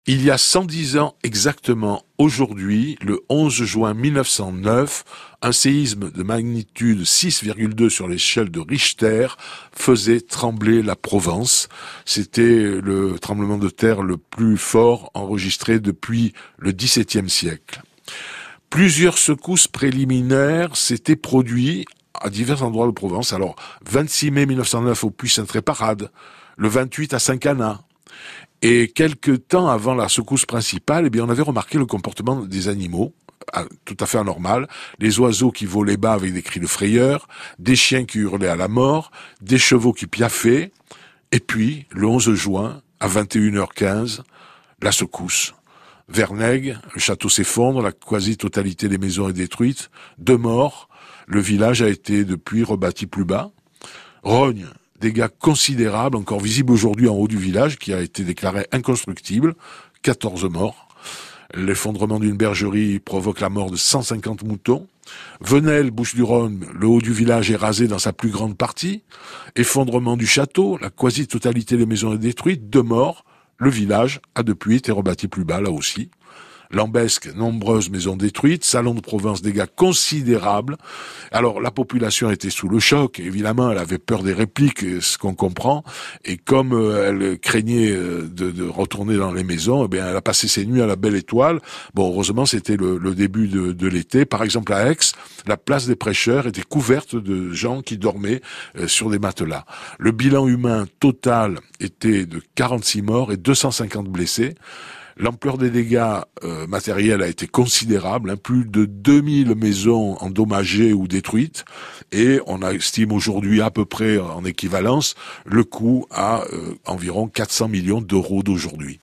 Il y a 110 ans exactement aujourd'hui, le 11 juin 1909, un séisme de magnitude 6,2 sur l'échelle de Richter faisait trembler la Provence. C'était le tremblement de terre le plus fort enregistré depuis le XVIIe siècle. Plusieurs secousses préliminaires s'étaient produites à divers endroits de Provence. Alors, 26 mai 1909 au Puy-Sainte-Réparade, le 28 à Saint-Cana. Et quelques temps avant la secousse principale, on avait remarqué le comportement des animaux, tout à fait anormal. Les oiseaux qui volaient bas avec des cris de frayeur, des chiens qui hurlaient à la mort, des chevaux qui piaffaient. Et puis, le 11 juin, à 21h15, la secousse. Vernègue, le château s'effondre, la quasi-totalité des maisons est détruite, 2 morts, le village a été depuis rebâti plus bas. Rogne, dégâts considérables, encore visibles aujourd'hui en haut du village, qui a été déclaré inconstructible, 14 morts. L'effondrement d'une bergerie provoque la mort de 150 moutons. Venelle, Bouches-du-Rhône, le haut du village est rasé dans sa plus grande partie. Effondrement du château, la quasi-totalité des maisons est détruite, 2 morts. Le village a depuis été rebâti plus bas, là aussi. Lambesque, nombreuses maisons détruites, salon de Provence, dégâts considérables. Alors, la population était sous le choc, évidemment, elle avait peur des répliques, ce qu'on comprend, et comme elle craignait de retourner dans les maisons, elle a passé ses nuits à la Belle Étoile. Bon, heureusement, c'était le début de l'été. Par exemple, à Aix, la place des Prêcheurs était couverte de gens qui dormaient sur des matelas. Le bilan humain total était de 46 morts et 250 blessés. L'ampleur des dégâts matériels a été considérable, plus de 2000 maisons endommagées ou détruites, et on estime aujourd'hui à peu près en équivalence le coût à environ 400 millions d'euros d'aujourd'hui.